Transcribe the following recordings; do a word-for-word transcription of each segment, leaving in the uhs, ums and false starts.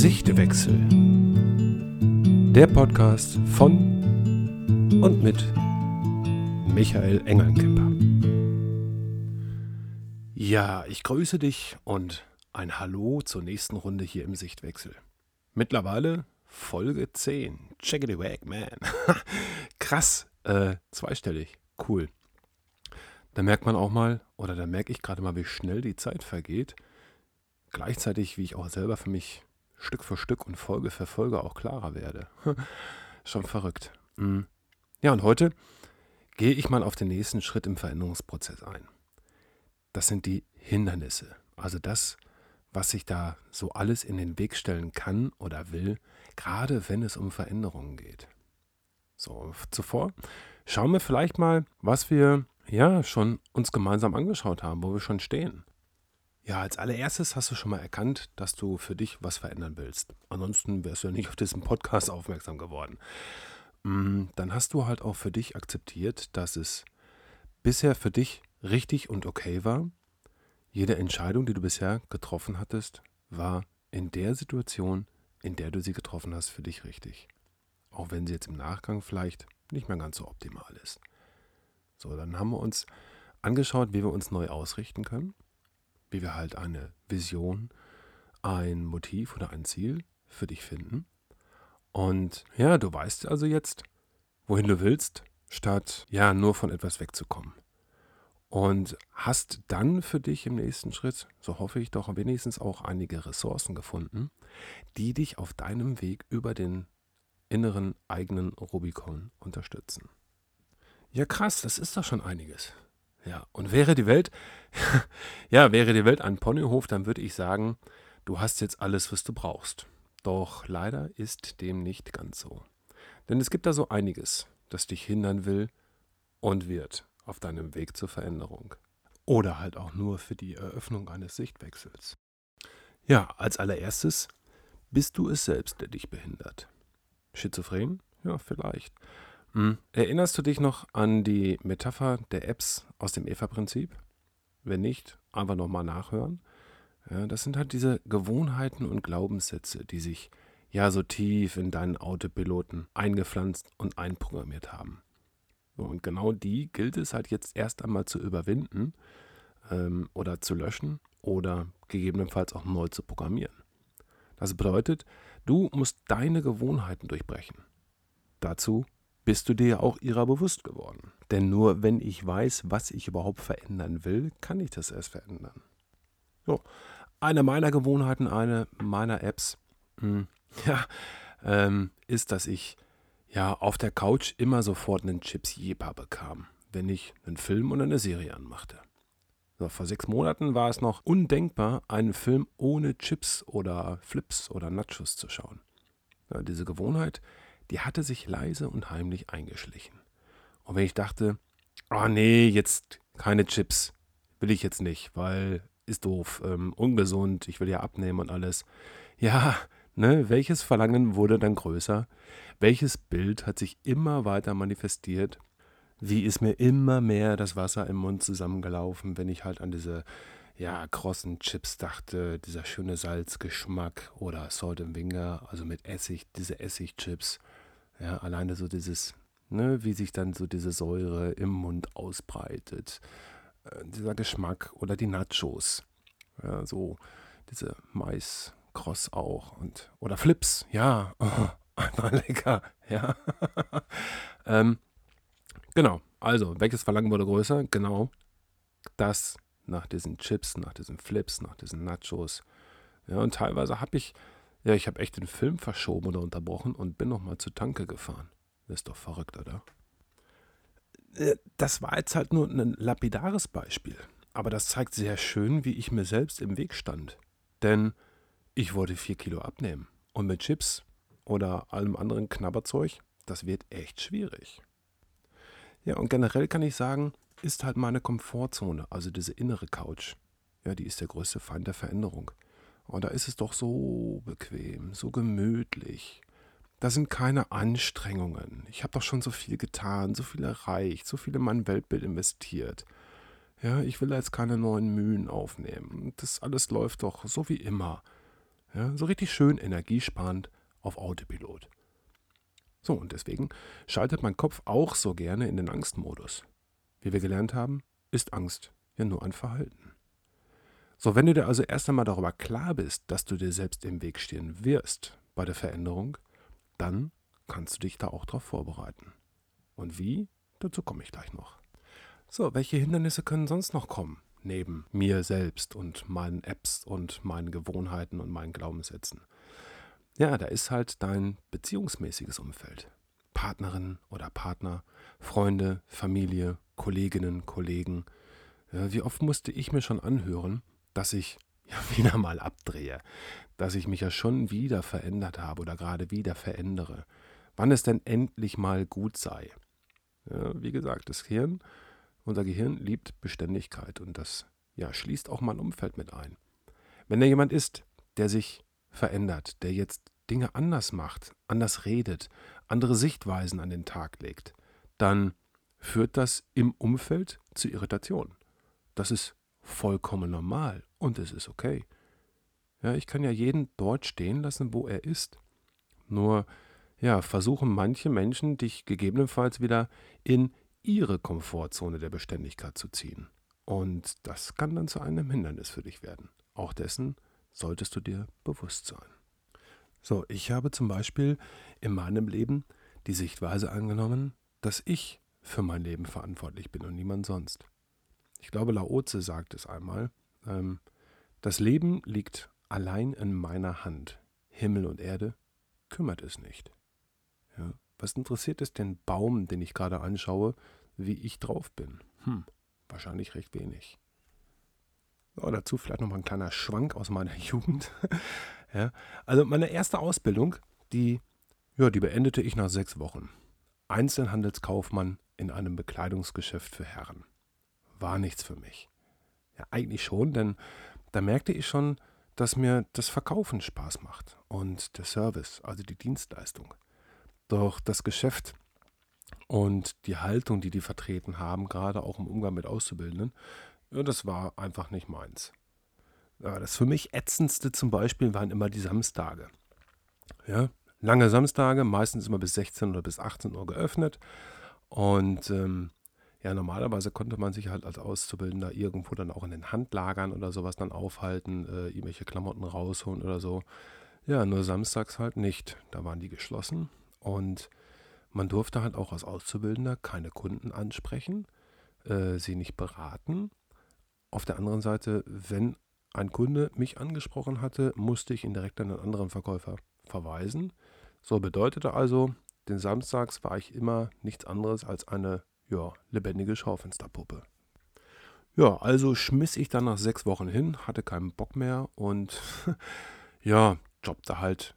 Sichtwechsel. Der Podcast von und mit Michael Engelnkemper. Ja, ich grüße dich und ein Hallo zur nächsten Runde hier im Sichtwechsel. Mittlerweile Folge zehn. Check it away, man. Krass, äh, zweistellig. Cool. Da merkt man auch mal, oder da merke ich gerade mal, wie schnell die Zeit vergeht. Gleichzeitig, wie ich auch selber für mich Stück für Stück und Folge für Folge auch klarer werde. Schon verrückt. Ja, und heute gehe ich mal auf den nächsten Schritt im Veränderungsprozess ein. Das sind die Hindernisse. Also das, was sich da so alles in den Weg stellen kann oder will, gerade wenn es um Veränderungen geht. So, zuvor schauen wir vielleicht mal, was wir ja schon uns gemeinsam angeschaut haben, wo wir schon stehen. Ja, als allererstes hast du schon mal erkannt, dass du für dich was verändern willst. Ansonsten wärst du ja nicht auf diesen Podcast aufmerksam geworden. Dann hast du halt auch für dich akzeptiert, dass es bisher für dich richtig und okay war. Jede Entscheidung, die du bisher getroffen hattest, war in der Situation, in der du sie getroffen hast, für dich richtig. Auch wenn sie jetzt im Nachgang vielleicht nicht mehr ganz so optimal ist. So, dann haben wir uns angeschaut, wie wir uns neu ausrichten können. Wie wir halt eine Vision, ein Motiv oder ein Ziel für dich finden. Und ja, du weißt also jetzt, wohin du willst, statt ja nur von etwas wegzukommen. Und hast dann für dich im nächsten Schritt, so hoffe ich doch, wenigstens auch einige Ressourcen gefunden, die dich auf deinem Weg über den inneren eigenen Rubikon unterstützen. Ja krass, das ist doch schon einiges. Ja, und wäre die Welt, ja, wäre die Welt ein Ponyhof, dann würde ich sagen, du hast jetzt alles, was du brauchst. Doch leider ist dem nicht ganz so. Denn es gibt da so einiges, das dich hindern will und wird auf deinem Weg zur Veränderung. Oder halt auch nur für die Eröffnung eines Sichtwechsels. Ja, als allererstes bist du es selbst, der dich behindert. Schizophren? Ja, vielleicht. Hm. Erinnerst du dich noch an die Metapher der Apps aus dem Eva-Prinzip? Wenn nicht, einfach nochmal nachhören. Ja, das sind halt diese Gewohnheiten und Glaubenssätze, die sich ja so tief in deinen Autopiloten eingepflanzt und einprogrammiert haben. So, und genau die gilt es halt jetzt erst einmal zu überwinden ähm, oder zu löschen oder gegebenenfalls auch neu zu programmieren. Das bedeutet, du musst deine Gewohnheiten durchbrechen. Dazu bist du dir auch ihrer bewusst geworden. Denn nur wenn ich weiß, was ich überhaupt verändern will, kann ich das erst verändern. So, eine meiner Gewohnheiten, eine meiner Apps, mh, ja, ähm, ist, dass ich ja auf der Couch immer sofort einen Chips-Jepa bekam, wenn ich einen Film oder eine Serie anmachte. So, vor sechs Monaten war es noch undenkbar, einen Film ohne Chips oder Flips oder Nachos zu schauen. Ja, diese Gewohnheit, die hatte sich leise und heimlich eingeschlichen. Und wenn ich dachte, oh nee, jetzt keine Chips, will ich jetzt nicht, weil ist doof, ähm, ungesund, ich will ja abnehmen und alles. Ja, ne, welches Verlangen wurde dann größer? Welches Bild hat sich immer weiter manifestiert? Wie ist mir immer mehr das Wasser im Mund zusammengelaufen, wenn ich halt an diese ja, krossen Chips dachte, dieser schöne Salzgeschmack oder Salt and Vinegar, also mit Essig, diese Essigchips. Ja, alleine so dieses, ne, wie sich dann so diese Säure im Mund ausbreitet. Äh, dieser Geschmack oder die Nachos. Ja, so diese Maiskross auch. Und, oder Flips, ja, oh, einfach lecker, ja. ähm, genau, also, welches Verlangen wurde größer? Genau, das nach diesen Chips, nach diesen Flips, nach diesen Nachos. Ja, und teilweise habe ich, ja, ich habe echt den Film verschoben oder unterbrochen und bin nochmal zur Tanke gefahren. Das ist doch verrückt, oder? Das war jetzt halt nur ein lapidares Beispiel. Aber das zeigt sehr schön, wie ich mir selbst im Weg stand. Denn ich wollte vier Kilo abnehmen. Und mit Chips oder allem anderen Knabberzeug, das wird echt schwierig. Ja, und generell kann ich sagen, ist halt meine Komfortzone, also diese innere Couch, ja, die ist der größte Feind der Veränderung. Und da ist es doch so bequem, so gemütlich. Da sind keine Anstrengungen. Ich habe doch schon so viel getan, so viel erreicht, so viel in mein Weltbild investiert. Ja, ich will jetzt keine neuen Mühen aufnehmen. Das alles läuft doch so wie immer. Ja, so richtig schön energiesparend auf Autopilot. So, und deswegen schaltet mein Kopf auch so gerne in den Angstmodus. Wie wir gelernt haben, ist Angst ja nur ein Verhalten. So, wenn du dir also erst einmal darüber klar bist, dass du dir selbst im Weg stehen wirst bei der Veränderung, dann kannst du dich da auch darauf vorbereiten. Und wie? Dazu komme ich gleich noch. So, welche Hindernisse können sonst noch kommen? Neben mir selbst und meinen Apps und meinen Gewohnheiten und meinen Glaubenssätzen. Ja, da ist halt dein beziehungsmäßiges Umfeld. Partnerin oder Partner, Freunde, Familie, Kolleginnen, Kollegen. Ja, wie oft musste ich mir schon anhören, dass ich ja wieder mal abdrehe, dass ich mich ja schon wieder verändert habe oder gerade wieder verändere. Wann es denn endlich mal gut sei. Ja, wie gesagt, das Gehirn, unser Gehirn liebt Beständigkeit und das ja, schließt auch mein Umfeld mit ein. Wenn da jemand ist, der sich verändert, der jetzt Dinge anders macht, anders redet, andere Sichtweisen an den Tag legt, dann führt das im Umfeld zu Irritation. Das ist vollkommen normal und es ist okay. Ja, ich kann ja jeden dort stehen lassen, wo er ist. Nur, ja, versuchen manche Menschen, dich gegebenenfalls wieder in ihre Komfortzone der Beständigkeit zu ziehen. Und das kann dann zu einem Hindernis für dich werden. Auch dessen solltest du dir bewusst sein. So, ich habe zum Beispiel in meinem Leben die Sichtweise angenommen, dass ich für mein Leben verantwortlich bin und niemand sonst. Ich glaube, Lao Tse sagt es einmal, ähm, das Leben liegt allein in meiner Hand. Himmel und Erde kümmert es nicht. Ja. Was interessiert es den Baum, den ich gerade anschaue, wie ich drauf bin? Hm, wahrscheinlich recht wenig. So, dazu vielleicht noch mal ein kleiner Schwank aus meiner Jugend. Ja, also meine erste Ausbildung, die, ja, die beendete ich nach sechs Wochen. Einzelhandelskaufmann in einem Bekleidungsgeschäft für Herren. War nichts für mich. Ja, eigentlich schon, denn da merkte ich schon, dass mir das Verkaufen Spaß macht und der Service, also die Dienstleistung. Doch das Geschäft und die Haltung, die die vertreten haben, gerade auch im Umgang mit Auszubildenden, ja, das war einfach nicht meins. Ja, das für mich ätzendste zum Beispiel waren immer die Samstage. Ja, lange Samstage, meistens immer bis sechzehn oder bis achtzehn Uhr geöffnet. Und ähm, ja, normalerweise konnte man sich halt als Auszubildender irgendwo dann auch in den Handlagern oder sowas dann aufhalten, äh, irgendwelche Klamotten rausholen oder so. Ja, nur samstags halt nicht. Da waren die geschlossen und man durfte halt auch als Auszubildender keine Kunden ansprechen, äh, sie nicht beraten. Auf der anderen Seite, wenn ein Kunde mich angesprochen hatte, musste ich ihn direkt an einen anderen Verkäufer verweisen. So bedeutete also, den Samstags war ich immer nichts anderes als eine, ja, lebendige Schaufensterpuppe. Ja, also schmiss ich dann nach sechs Wochen hin, hatte keinen Bock mehr und ja, jobbte halt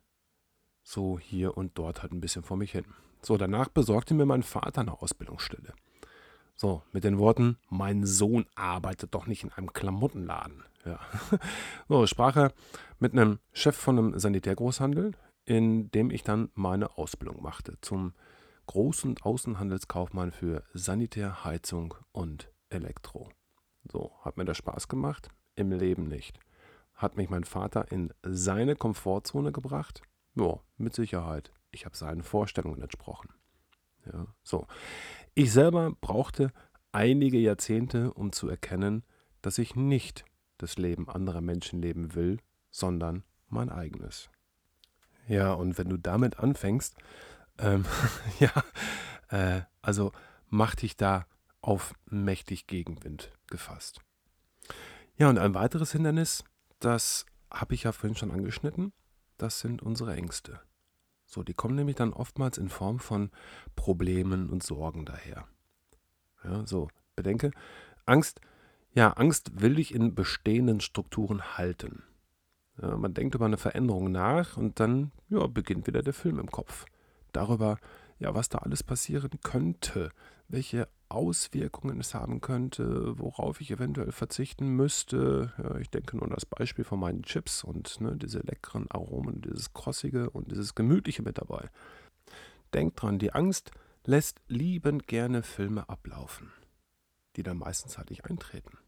so hier und dort halt ein bisschen vor mich hin. So, danach besorgte mir mein Vater eine Ausbildungsstelle. So, mit den Worten, mein Sohn arbeitet doch nicht in einem Klamottenladen. Ja. So, sprach er mit einem Chef von einem Sanitärgroßhandel, in dem ich dann meine Ausbildung machte zum Groß- und Außenhandelskaufmann für Sanitär, Heizung und Elektro. So, hat mir das Spaß gemacht? Im Leben nicht. Hat mich mein Vater in seine Komfortzone gebracht? Ja, mit Sicherheit. Ich habe seinen Vorstellungen entsprochen. Ja, so. Ich selber brauchte einige Jahrzehnte, um zu erkennen, dass ich nicht das Leben anderer Menschen leben will, sondern mein eigenes. Ja, und wenn du damit anfängst, ähm, ja, äh, also mach dich da auf mächtig Gegenwind gefasst. Ja, und ein weiteres Hindernis, das habe ich ja vorhin schon angeschnitten, das sind unsere Ängste. So, die kommen nämlich dann oftmals in Form von Problemen und Sorgen daher. Ja, so, bedenke, Angst, ja, Angst will dich in bestehenden Strukturen halten. Ja, man denkt über eine Veränderung nach und dann ja, beginnt wieder der Film im Kopf. Darüber, ja, was da alles passieren könnte, welche Auswirkungen es haben könnte, worauf ich eventuell verzichten müsste. Ja, ich denke nur an das Beispiel von meinen Chips und ne, diese leckeren Aromen, dieses Krossige und dieses Gemütliche mit dabei. Denk dran, die Angst lässt liebend gerne Filme ablaufen, die dann meistens halt nicht eintreten.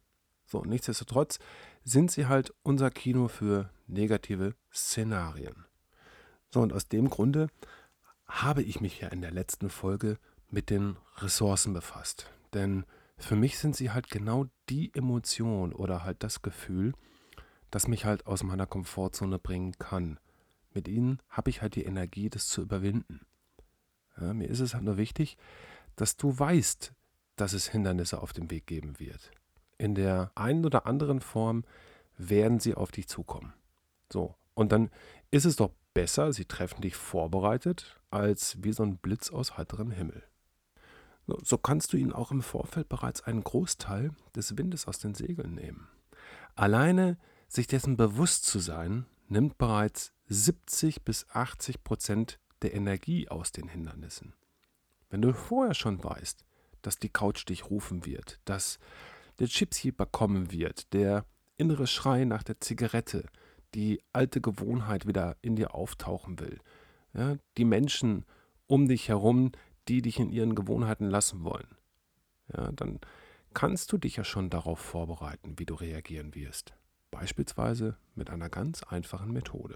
So, nichtsdestotrotz sind sie halt unser Kino für negative Szenarien. So, und aus dem Grunde habe ich mich ja in der letzten Folge mit den Ressourcen befasst. Denn für mich sind sie halt genau die Emotion oder halt das Gefühl, das mich halt aus meiner Komfortzone bringen kann. Mit ihnen habe ich halt die Energie, das zu überwinden. Ja, mir ist es halt nur wichtig, dass du weißt, dass es Hindernisse auf dem Weg geben wird. In der einen oder anderen Form werden sie auf dich zukommen. So, und dann ist es doch besser, sie treffen dich vorbereitet, als wie so ein Blitz aus heiterem Himmel. So, so kannst du ihnen auch im Vorfeld bereits einen Großteil des Windes aus den Segeln nehmen. Alleine sich dessen bewusst zu sein, nimmt bereits siebzig bis achtzig Prozent der Energie aus den Hindernissen. Wenn du vorher schon weißt, dass die Couch dich rufen wird, dass der Chipsheeper kommen wird, der innere Schrei nach der Zigarette, die alte Gewohnheit wieder in dir auftauchen will, ja, die Menschen um dich herum, die dich in ihren Gewohnheiten lassen wollen, ja, dann kannst du dich ja schon darauf vorbereiten, wie du reagieren wirst. Beispielsweise mit einer ganz einfachen Methode.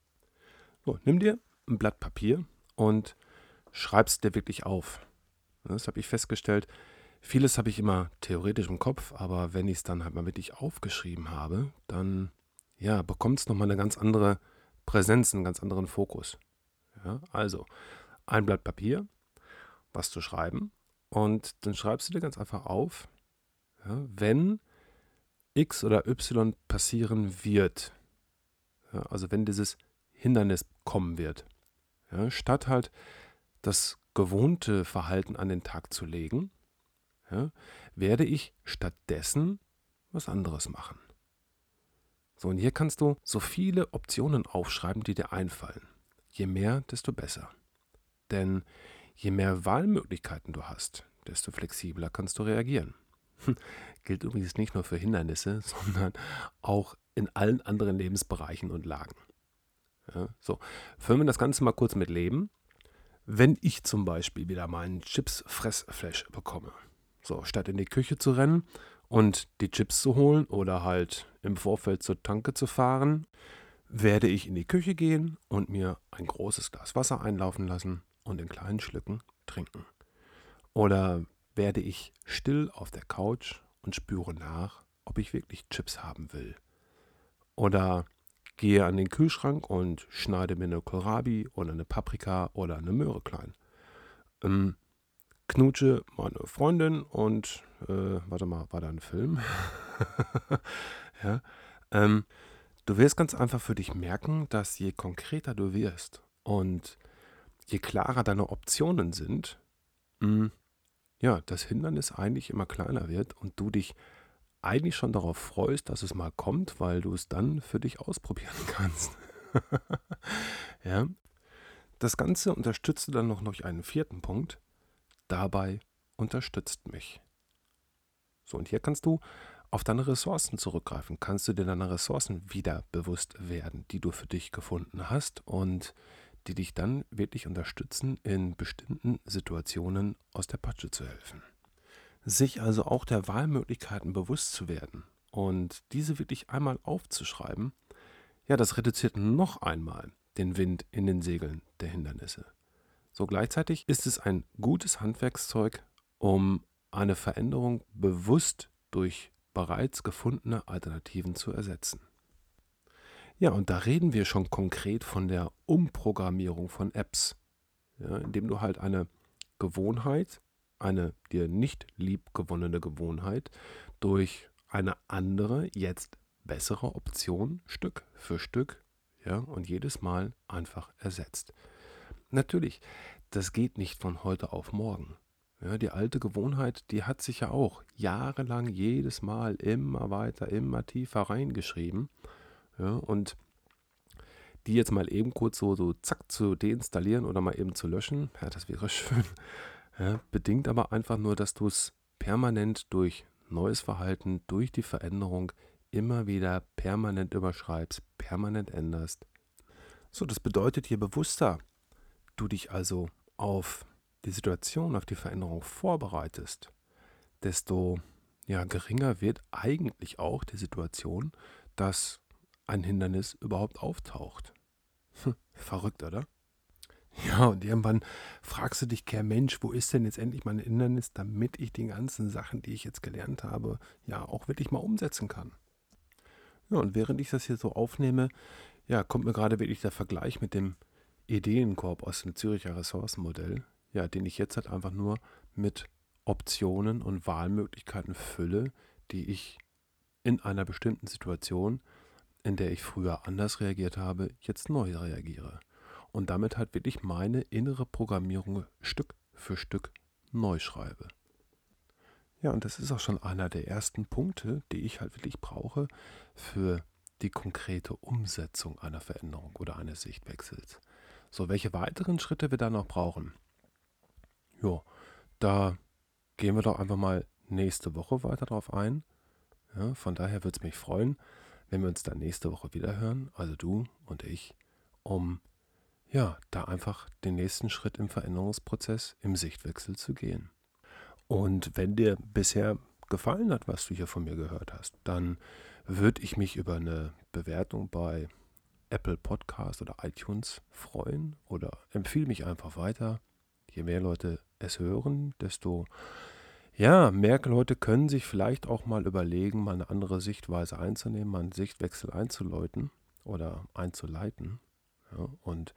So, nimm dir ein Blatt Papier und schreib es dir wirklich auf. Das habe ich festgestellt. Vieles habe ich immer theoretisch im Kopf, aber wenn ich es dann halt mal wirklich aufgeschrieben habe, dann ja, bekommt es nochmal eine ganz andere Präsenz, einen ganz anderen Fokus. Ja, also, ein Blatt Papier, was zu schreiben, und dann schreibst du dir ganz einfach auf, ja, wenn X oder Y passieren wird, ja, also wenn dieses Hindernis kommen wird, ja, statt halt das gewohnte Verhalten an den Tag zu legen, ja, werde ich stattdessen was anderes machen. So, und hier kannst du so viele Optionen aufschreiben, die dir einfallen. Je mehr, desto besser. Denn je mehr Wahlmöglichkeiten du hast, desto flexibler kannst du reagieren. Gilt übrigens nicht nur für Hindernisse, sondern auch in allen anderen Lebensbereichen und Lagen. Ja, so, füllen wir das Ganze mal kurz mit Leben. Wenn ich zum Beispiel wieder meinen Chips-Fressflash bekomme, so, statt in die Küche zu rennen und die Chips zu holen oder halt im Vorfeld zur Tanke zu fahren, werde ich in die Küche gehen und mir ein großes Glas Wasser einlaufen lassen und in kleinen Schlücken trinken. Oder werde ich still auf der Couch und spüre nach, ob ich wirklich Chips haben will. Oder gehe an den Kühlschrank und schneide mir eine Kohlrabi oder eine Paprika oder eine Möhre klein. Ähm, knutsche meine Freundin und, äh, warte mal, war da ein Film? ja, ähm, du wirst ganz einfach für dich merken, dass je konkreter du wirst und je klarer deine Optionen sind, mh, ja, das Hindernis eigentlich immer kleiner wird und du dich eigentlich schon darauf freust, dass es mal kommt, weil du es dann für dich ausprobieren kannst. ja. Das Ganze unterstützt du dann noch durch einen vierten Punkt. Dabei unterstützt mich. So, und hier kannst du auf deine Ressourcen zurückgreifen. Kannst du dir deine Ressourcen wieder bewusst werden, die du für dich gefunden hast und die dich dann wirklich unterstützen, in bestimmten Situationen aus der Patsche zu helfen. Sich also auch der Wahlmöglichkeiten bewusst zu werden und diese wirklich einmal aufzuschreiben, ja, das reduziert noch einmal den Wind in den Segeln der Hindernisse. So, gleichzeitig ist es ein gutes Handwerkszeug, um eine Veränderung bewusst durch bereits gefundene Alternativen zu ersetzen. Ja, und da reden wir schon konkret von der Umprogrammierung von Apps, ja, indem du halt eine Gewohnheit, eine dir nicht lieb gewonnene Gewohnheit, durch eine andere, jetzt bessere Option Stück für Stück, ja, und jedes Mal einfach ersetzt. Natürlich, das geht nicht von heute auf morgen. Ja, die alte Gewohnheit, die hat sich ja auch jahrelang jedes Mal immer weiter, immer tiefer reingeschrieben. Ja, und die jetzt mal eben kurz so, so zack zu deinstallieren oder mal eben zu löschen, ja, das wäre schön. Ja, bedingt aber einfach nur, dass du es permanent durch neues Verhalten, durch die Veränderung immer wieder permanent überschreibst, permanent änderst. So, das bedeutet, je bewusster du dich also auf die Situation, auf die Veränderung vorbereitest, desto ja, geringer wird eigentlich auch die Situation, dass ein Hindernis überhaupt auftaucht. Hm, verrückt, oder? Ja, und irgendwann fragst du dich, Kerl, Mensch, wo ist denn jetzt endlich mein Hindernis, damit ich die ganzen Sachen, die ich jetzt gelernt habe, ja auch wirklich mal umsetzen kann. Ja, und während ich das hier so aufnehme, ja, kommt mir gerade wirklich der Vergleich mit dem Ideenkorb aus dem Züricher Ressourcenmodell, ja, den ich jetzt halt einfach nur mit Optionen und Wahlmöglichkeiten fülle, die ich in einer bestimmten Situation, in der ich früher anders reagiert habe, jetzt neu reagiere. Und damit halt wirklich meine innere Programmierung Stück für Stück neu schreibe. Ja, und das ist auch schon einer der ersten Punkte, die ich halt wirklich brauche für die konkrete Umsetzung einer Veränderung oder eines Sichtwechsels. So, welche weiteren Schritte wir da noch brauchen? Ja, da gehen wir doch einfach mal nächste Woche weiter drauf ein. Ja, von daher würde es mich freuen, wenn wir uns dann nächste Woche wieder hören, also du und ich, um ja, da einfach den nächsten Schritt im Veränderungsprozess, im Sichtwechsel zu gehen. Und wenn dir bisher gefallen hat, was du hier von mir gehört hast, dann würde ich mich über eine Bewertung bei Apple Podcast oder iTunes freuen oder empfehle mich einfach weiter. Je mehr Leute es hören, desto ja, mehr Leute können sich vielleicht auch mal überlegen, mal eine andere Sichtweise einzunehmen, mal einen Sichtwechsel einzuläuten oder einzuleiten. Ja, und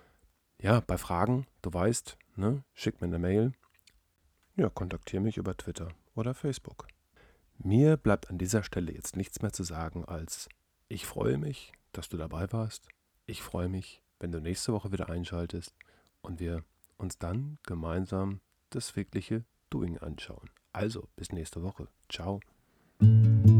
ja, bei Fragen, du weißt, ne, schick mir eine Mail. Ja, kontaktiere mich über Twitter oder Facebook. Mir bleibt an dieser Stelle jetzt nichts mehr zu sagen als ich freue mich, dass du dabei warst. Ich freue mich, wenn du nächste Woche wieder einschaltest und wir uns dann gemeinsam das wirkliche Doing anschauen. Also, bis nächste Woche. Ciao.